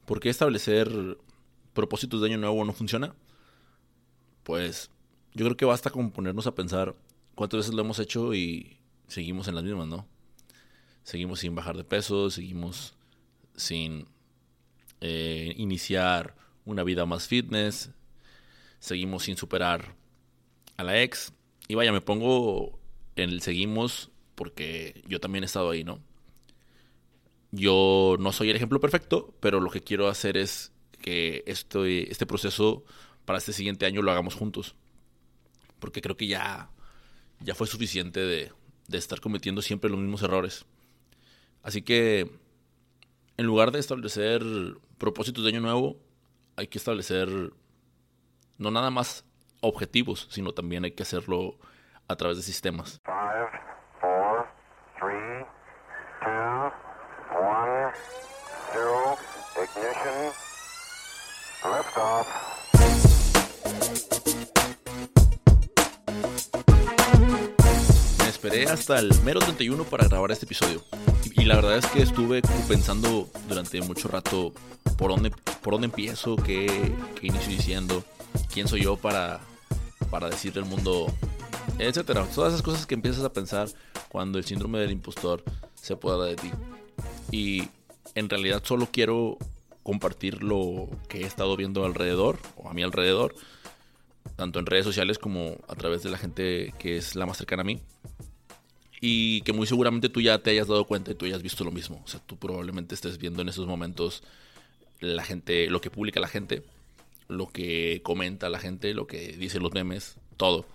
¿Por qué establecer propósitos de año nuevo no funciona? Pues yo creo que basta con ponernos a pensar cuántas veces lo hemos hecho y seguimos en las mismas, ¿no? Seguimos sin bajar de peso, seguimos sin iniciar una vida más fitness, seguimos sin superar a la ex. Y vaya, me pongo en el seguimos porque yo también he estado ahí, ¿no? Yo no soy el ejemplo perfecto, pero lo que quiero hacer es que este proceso para este siguiente año lo hagamos juntos. Porque creo que ya fue suficiente de estar cometiendo siempre los mismos errores. Así que en lugar de establecer propósitos de año nuevo, hay que establecer no nada más objetivos, sino también hay que hacerlo a través de sistemas. 5, 4, 3, 2, 1, 0, ignition, liftoff. Me esperé hasta el mero 31 para grabar este episodio. Y la verdad es que estuve como pensando durante mucho rato por dónde empiezo, qué inicio diciendo, quién soy yo para decirle al mundo, etcétera. Todas esas cosas que empiezas a pensar cuando el síndrome del impostor se apodera de ti. Y en realidad solo quiero compartir lo que he estado viendo alrededor, o a mi alrededor, tanto en redes sociales como a través de la gente que es la más cercana a mí. Y que muy seguramente tú ya te hayas dado cuenta y tú hayas visto lo mismo. O sea, tú probablemente estés viendo en esos momentos la gente, lo que publica la gente, lo que comenta la gente, lo que dicen los memes, todo.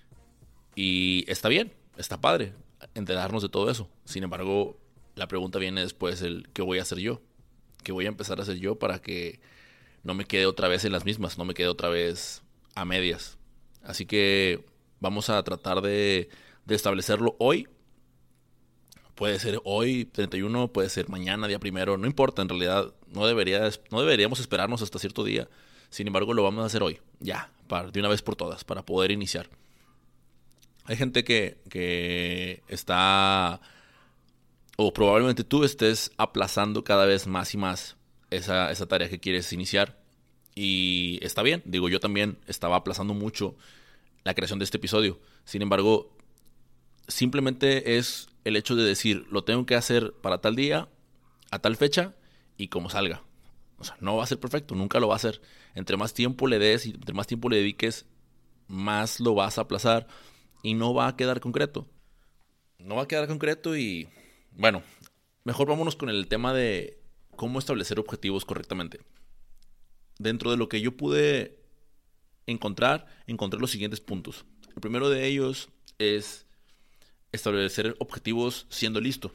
Y está bien, está padre enterarnos de todo eso. Sin embargo, la pregunta viene después el ¿qué voy a hacer yo? ¿Qué voy a empezar a hacer yo para que no me quede otra vez en las mismas? No me quede otra vez a medias. Así que vamos a tratar de establecerlo hoy. Puede ser hoy, 31, puede ser mañana, día primero, no importa, en realidad no deberíamos esperarnos hasta cierto día. Sin embargo, lo vamos a hacer hoy, ya, de una vez por todas, para poder iniciar. Hay gente que está, o probablemente tú estés aplazando cada vez más y más esa tarea que quieres iniciar. Y está bien, digo, yo también estaba aplazando mucho la creación de este episodio. Sin embargo, simplemente es el hecho de decir, lo tengo que hacer para tal día, a tal fecha y como salga. O sea, no va a ser perfecto, nunca lo va a ser. Entre más tiempo le des y entre más tiempo le dediques, más lo vas a aplazar y no va a quedar concreto. No va a quedar concreto y, bueno, mejor vámonos con el tema de cómo establecer objetivos correctamente. Dentro de lo que yo pude encontré los siguientes puntos. El primero de ellos es establecer objetivos siendo listo.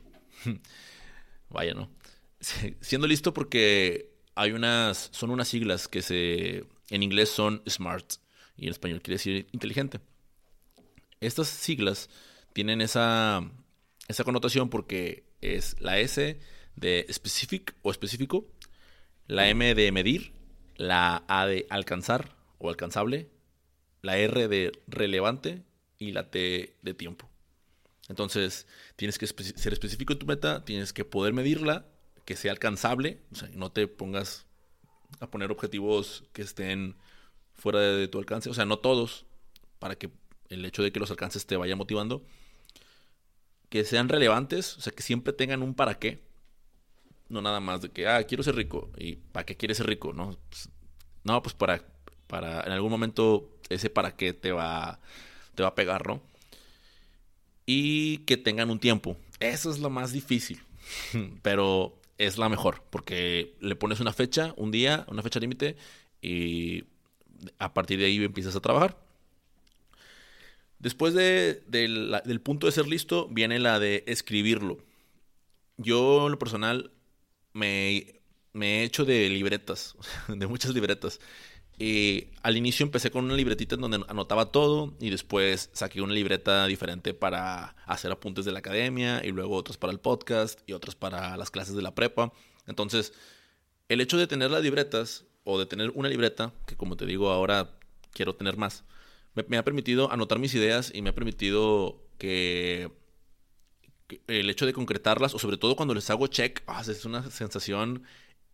Vaya, ¿no? Siendo listo porque son unas siglas que en inglés son SMART y en español quiere decir inteligente. Estas siglas tienen esa connotación porque es la S de specific o específico, la M de medir, la A de alcanzar o alcanzable, la R de relevante y la T de tiempo. Entonces, tienes que ser específico en tu meta, tienes que poder medirla, que sea alcanzable, o sea, no te pongas a poner objetivos que estén fuera de tu alcance, o sea, no todos, para que el hecho de que los alcances te vaya motivando, que sean relevantes, o sea, que siempre tengan un para qué, no nada más de que, quiero ser rico, y ¿para qué quieres ser rico? No, pues para en algún momento ese para qué te va a pegar, ¿no? Y que tengan un tiempo. Eso es lo más difícil, pero es la mejor, porque le pones una fecha, un día, una fecha límite, y a partir de ahí empiezas a trabajar. Después del punto de ser listo, viene la de escribirlo. Yo, en lo personal, me he hecho de libretas, de muchas libretas. Al inicio empecé con una libretita en donde anotaba todo y después saqué una libreta diferente para hacer apuntes de la academia y luego otros para el podcast y otros para las clases de la prepa. Entonces, el hecho de tener las libretas o de tener una libreta, que como te digo ahora quiero tener más, me ha permitido anotar mis ideas y me ha permitido que el hecho de concretarlas, o sobre todo cuando les hago check, es una sensación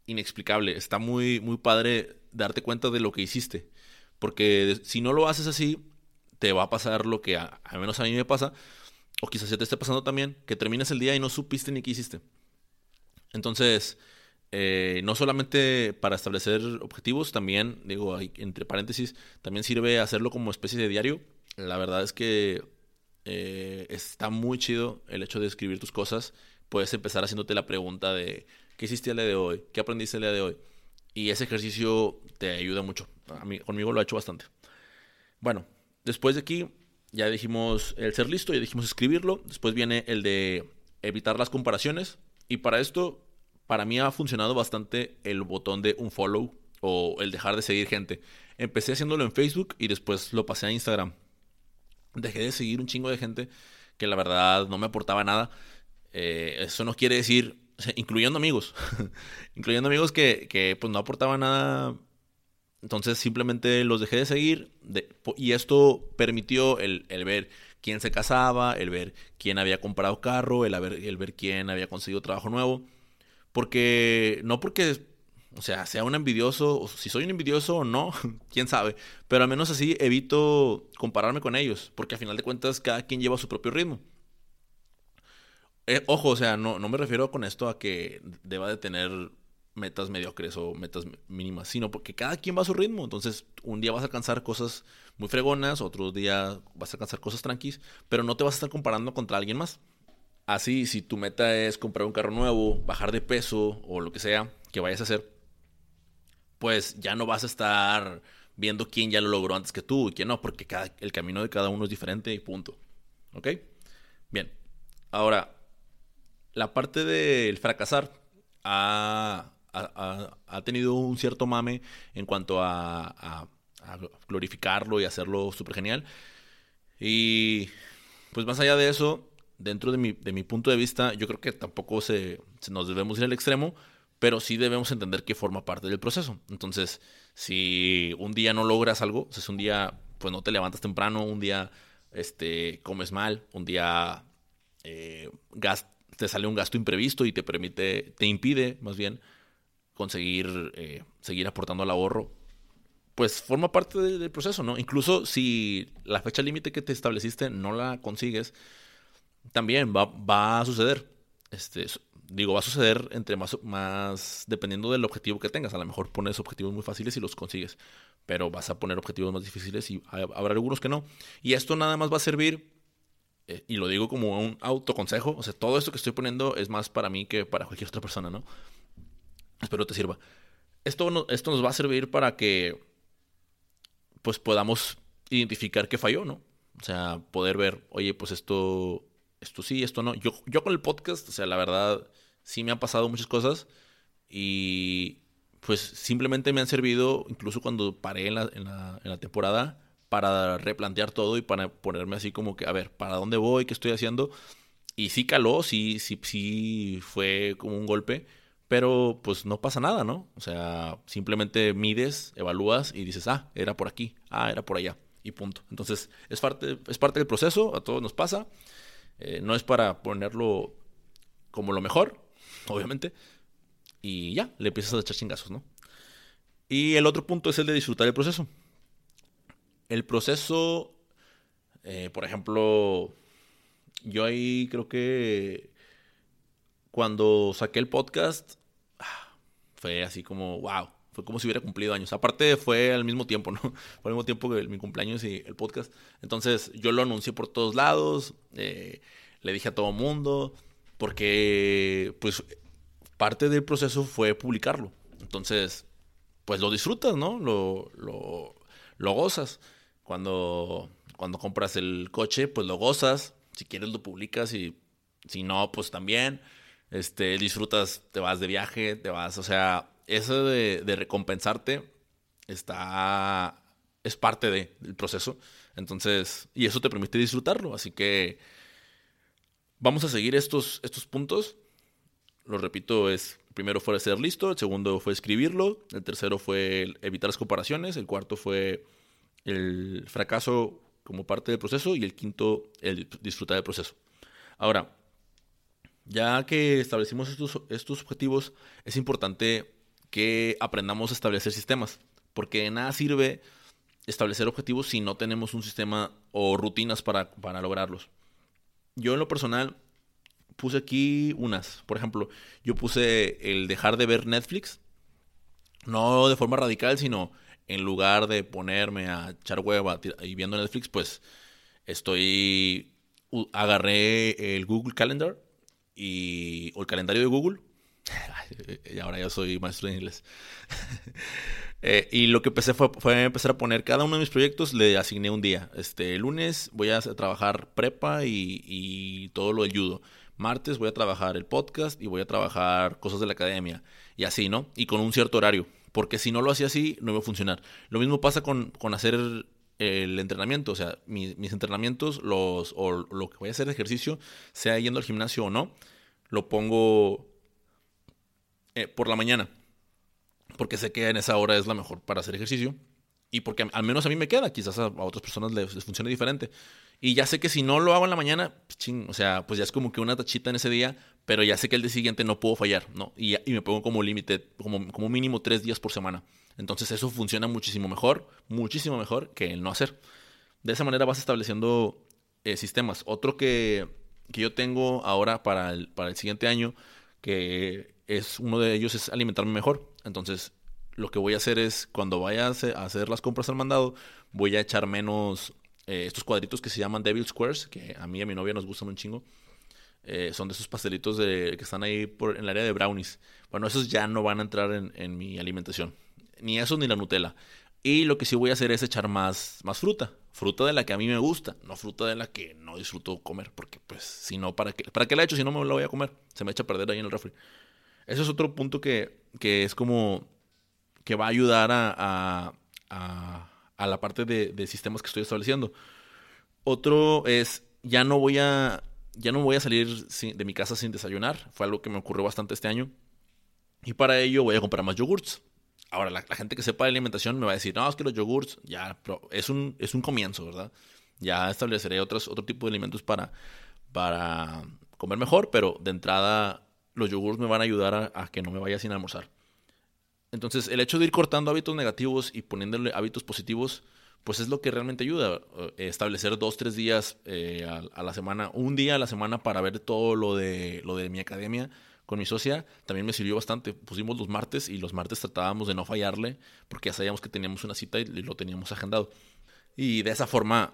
inexplicable. Está muy, muy padre darte cuenta de lo que hiciste. Porque si no lo haces así, te va a pasar lo que al menos a mí me pasa, o quizás ya te esté pasando también, que terminas el día y no supiste ni qué hiciste. Entonces, no solamente para establecer objetivos, también, digo, entre paréntesis, también sirve hacerlo como especie de diario. La verdad es que está muy chido el hecho de escribir tus cosas. Puedes empezar haciéndote la pregunta de ¿qué hiciste el día de hoy? ¿Qué aprendiste el día de hoy? Y ese ejercicio te ayuda mucho. Conmigo lo ha hecho bastante. Bueno, después de aquí ya dijimos el ser listo, ya dijimos escribirlo. Después viene el de evitar las comparaciones. Y para esto, para mí ha funcionado bastante el botón de unfollow o el dejar de seguir gente. Empecé haciéndolo en Facebook y después lo pasé a Instagram. Dejé de seguir un chingo de gente que la verdad no me aportaba nada. Eso no quiere decir, o sea, incluyendo amigos, incluyendo amigos que pues no aportaban nada. Entonces simplemente los dejé de seguir y esto permitió el ver quién se casaba, el ver quién había comprado carro, el ver quién había conseguido trabajo nuevo. No porque, o sea un envidioso, o si soy un envidioso o no, quién sabe. Pero al menos así evito compararme con ellos, porque a final de cuentas cada quien lleva su propio ritmo. Ojo, o sea, no me refiero con esto a que deba de tener metas mediocres o metas mínimas, sino porque cada quien va a su ritmo. Entonces, un día vas a alcanzar cosas muy fregonas, otro día vas a alcanzar cosas tranquis, pero no te vas a estar comparando contra alguien más. Así, si tu meta es comprar un carro nuevo, bajar de peso o lo que sea que vayas a hacer, pues ya no vas a estar viendo quién ya lo logró antes que tú y quién no, porque el camino de cada uno es diferente y punto. ¿Ok? Bien. Ahora, la parte del fracasar ha tenido un cierto mame en cuanto a glorificarlo y hacerlo súper genial. Y pues más allá de eso, dentro de mi punto de vista, yo creo que tampoco se nos debemos ir al extremo, pero sí debemos entender que forma parte del proceso. Entonces, si un día no logras algo, o sea, si un día pues no te levantas temprano, un día comes mal, un día te sale un gasto imprevisto y te impide más bien conseguir seguir aportando al ahorro, pues forma parte del proceso, ¿no? Incluso si la fecha límite que te estableciste no la consigues, también va a suceder. Va a suceder entre más dependiendo del objetivo que tengas. A lo mejor pones objetivos muy fáciles y los consigues, pero vas a poner objetivos más difíciles y habrá algunos que no. Y esto nada más va a servir, y lo digo como un autoconsejo, o sea, todo esto que estoy poniendo es más para mí que para cualquier otra persona, ¿no? Espero te sirva. Esto nos va a servir para que pues podamos identificar qué falló, ¿no? O sea, poder ver, oye, pues esto sí, esto no. Yo con el podcast, o sea, la verdad, sí me han pasado muchas cosas y pues simplemente me han servido, incluso cuando paré en la temporada, para replantear todo y para ponerme así como que, a ver, ¿para dónde voy? ¿Qué estoy haciendo? Y sí caló, sí fue como un golpe, pero pues no pasa nada, ¿no? O sea, simplemente mides, evalúas y dices, era por aquí, era por allá, y punto. Entonces, es parte del proceso, a todos nos pasa. No es para ponerlo como lo mejor, obviamente, y ya, le empiezas a echar chingazos, ¿no? Y el otro punto es el de disfrutar el proceso. El proceso, por ejemplo, yo ahí creo que cuando saqué el podcast, fue así como, wow, fue como si hubiera cumplido años. Aparte fue al mismo tiempo, ¿no? Fue al mismo tiempo que mi cumpleaños y el podcast. Entonces yo lo anuncié por todos lados, le dije a todo mundo, porque pues parte del proceso fue publicarlo. Entonces, pues lo disfrutas, ¿no? Lo gozas. Cuando compras el coche, pues lo gozas. Si quieres lo publicas y si no, pues también. Disfrutas, te vas de viaje, o sea, eso de recompensarte es parte del proceso. Entonces, y eso te permite disfrutarlo. Así que vamos a seguir estos puntos. Lo repito, primero fue ser listo, el segundo fue escribirlo, el tercero fue evitar las comparaciones, el cuarto fue el fracaso como parte del proceso y el quinto, el disfrutar del proceso. Ahora, ya que establecimos estos objetivos, es importante que aprendamos a establecer sistemas. Porque de nada sirve establecer objetivos si no tenemos un sistema o rutinas para lograrlos. Yo en lo personal puse aquí unas. Por ejemplo, yo puse el dejar de ver Netflix. No de forma radical, sino en lugar de ponerme a echar hueva y viendo Netflix, pues agarré el Google Calendar o el calendario de Google. Y ahora ya soy maestro de inglés. Y lo que empecé fue empezar a poner cada uno de mis proyectos, le asigné un día. El lunes voy a trabajar prepa y todo lo del judo. Martes voy a trabajar el podcast y voy a trabajar cosas de la academia. Y así, ¿no? Y con un cierto horario. Porque si no lo hacía así, no iba a funcionar. Lo mismo pasa con hacer el entrenamiento. O sea, mis entrenamientos o lo que voy a hacer de ejercicio, sea yendo al gimnasio o no, lo pongo por la mañana. Porque sé que en esa hora es la mejor para hacer ejercicio. Y porque al menos a mí me queda. Quizás a otras personas les funcione diferente. Y ya sé que si no lo hago en la mañana, o sea, pues ya es como que una tachita en ese día. Pero ya sé que el día siguiente no puedo fallar, ¿no? Y me pongo como límite, como mínimo 3 días por semana. Entonces eso funciona muchísimo mejor que el no hacer. De esa manera vas estableciendo sistemas. Otro que yo tengo ahora para el siguiente año, que es uno de ellos, es alimentarme mejor. Entonces lo que voy a hacer es, cuando vaya a hacer las compras al mandado, voy a echar menos estos cuadritos que se llaman Devil Squares, que a mí y a mi novia nos gustan un chingo. Son de esos pastelitos que están ahí en el área de brownies. Bueno, esos ya no van a entrar en mi alimentación. Ni eso ni la Nutella. Y lo que sí voy a hacer es echar más fruta. Fruta de la que a mí me gusta, no fruta de la que no disfruto comer. Porque pues si no, ¿para qué la he hecho si no me la voy a comer? Se me echa a perder ahí en el refri. Ese es otro punto que es como que va a ayudar a la parte de sistemas que estoy estableciendo. Otro es, ya no voy a salir de mi casa sin desayunar. Fue algo que me ocurrió bastante este año. Y para ello voy a comprar más yogurts. Ahora, la gente que sepa de alimentación me va a decir, no, es que los yogurts ya pero es un comienzo, ¿verdad? Ya estableceré otro tipo de alimentos para comer mejor, pero de entrada los yogurts me van a ayudar a que no me vaya sin almorzar. Entonces, el hecho de ir cortando hábitos negativos y poniéndole hábitos positivos, pues es lo que realmente ayuda. Establecer 2-3 días a la semana, un día a la semana para ver todo lo de mi academia con mi socia, también me sirvió bastante. Pusimos los martes y los martes tratábamos de no fallarle porque ya sabíamos que teníamos una cita y lo teníamos agendado. Y de esa forma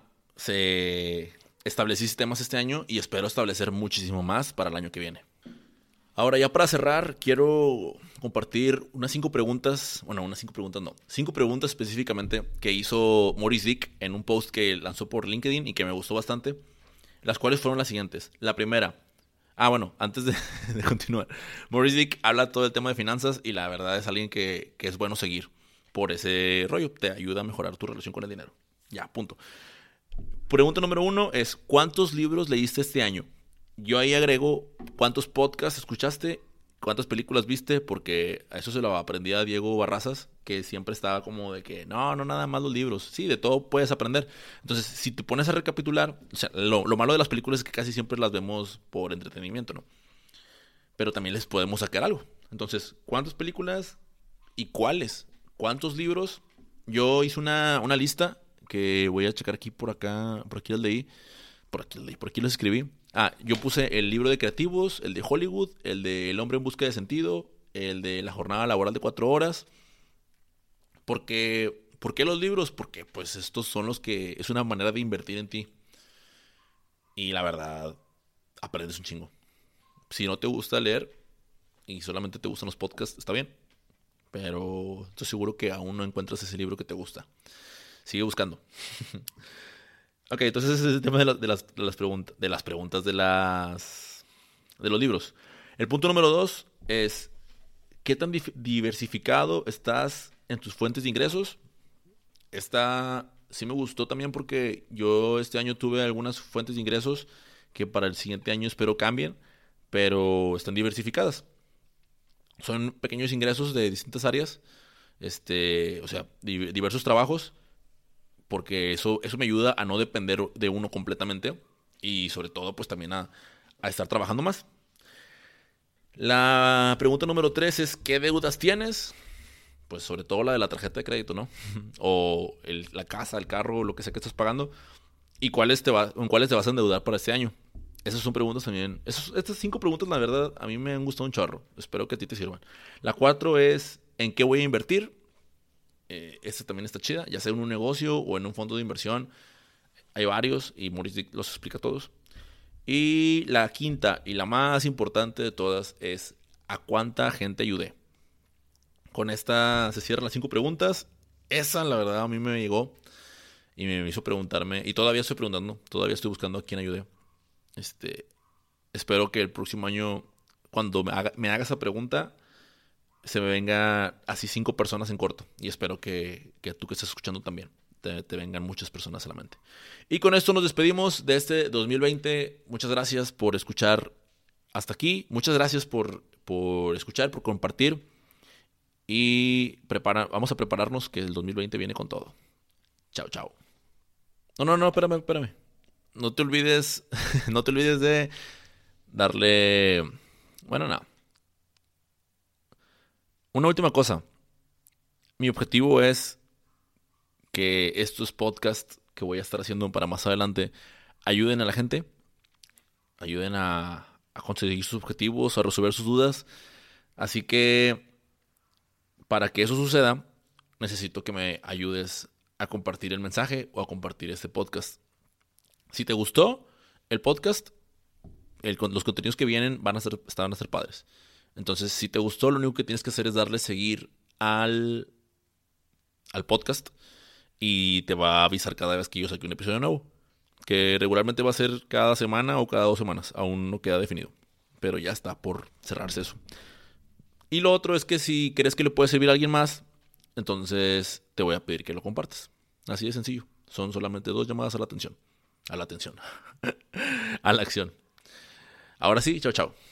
establecí sistemas este año y espero establecer muchísimo más para el año que viene. Ahora, ya para cerrar, quiero compartir unas 5 preguntas. Bueno, unas 5 preguntas no. 5 preguntas específicamente que hizo Maurice Dick en un post que lanzó por LinkedIn y que me gustó bastante. Las cuales fueron las siguientes. La primera. Bueno, antes de continuar. Maurice Dick habla todo el tema de finanzas y la verdad es alguien que es bueno seguir por ese rollo. Te ayuda a mejorar tu relación con el dinero. Ya, punto. Pregunta número 1 es, ¿cuántos libros leíste este año? Yo ahí agrego cuántos podcasts escuchaste, cuántas películas viste, porque a eso se lo aprendí a Diego Barrazas, que siempre estaba como de que no, nada más los libros. Sí, de todo puedes aprender. Entonces, si te pones a recapitular, o sea, lo malo de las películas es que casi siempre las vemos por entretenimiento, ¿no? Pero también les podemos sacar algo. Entonces, ¿cuántas películas y cuáles? ¿Cuántos libros? Yo hice una lista que voy a checar aquí por aquí las leí. Por aquí los escribí. Yo puse el libro de creativos, el de Hollywood, el de El hombre en busca de sentido, el de la jornada laboral de 4 horas. ¿Por qué los libros? Porque pues estos son los que es una manera de invertir en ti. Y la verdad, aprendes un chingo. Si no te gusta leer y solamente te gustan los podcasts, está bien. Pero estoy seguro que aún no encuentras ese libro que te gusta. Sigue buscando. Ok, entonces ese es el tema de las preguntas de los libros. El punto número 2 es, ¿qué tan diversificado estás en tus fuentes de ingresos? Esta sí me gustó también porque yo este año tuve algunas fuentes de ingresos que para el siguiente año espero cambien, pero están diversificadas. Son pequeños ingresos de distintas áreas, o sea, diversos trabajos, porque eso me ayuda a no depender de uno completamente y sobre todo pues también a estar trabajando más. La pregunta número 3 es, ¿qué deudas tienes? pues sobre todo la de la tarjeta de crédito, ¿no? O la casa, el carro, lo que sea que estás pagando. ¿Y en cuáles te vas a endeudar para este año? Esas son preguntas también. Estas 5 preguntas, la verdad, a mí me han gustado un chorro. Espero que a ti te sirvan. La 4 es, ¿en qué voy a invertir? Esta también está chida, ya sea en un negocio o en un fondo de inversión. Hay varios y Maurice los explica todos. Y la quinta y la más importante de todas es, ¿a cuánta gente ayudé? Con esta se cierran las 5 preguntas. Esa, la verdad, a mí me llegó y me hizo preguntarme. Y todavía estoy preguntando, todavía estoy buscando a quién ayudé. Espero que el próximo año, cuando me haga esa pregunta, se me venga así 5 personas en corto. Y espero que tú que estás escuchando también te vengan muchas personas a la mente. Y con esto nos despedimos de este 2020. Muchas gracias por escuchar hasta aquí. Muchas gracias por escuchar, por compartir. Y vamos a prepararnos que el 2020 viene con todo. Chao, chao. No, espérame. No te olvides, no te olvides de darle... Bueno, no. Una última cosa. Mi objetivo es que estos podcasts que voy a estar haciendo para más adelante ayuden a la gente, ayuden a conseguir sus objetivos, a resolver sus dudas. Así que para que eso suceda, necesito que me ayudes a compartir el mensaje o a compartir este podcast. Si te gustó el podcast, los contenidos que vienen van a ser padres. Entonces, si te gustó, lo único que tienes que hacer es darle seguir al podcast y te va a avisar cada vez que yo saque un episodio nuevo, que regularmente va a ser cada semana o cada 2 semanas. Aún no queda definido, pero ya está por cerrarse eso. Y lo otro es que si crees que le puede servir a alguien más, entonces te voy a pedir que lo compartas. Así de sencillo. Son solamente 2 llamadas a la atención. A la acción. Ahora sí, chao, chao.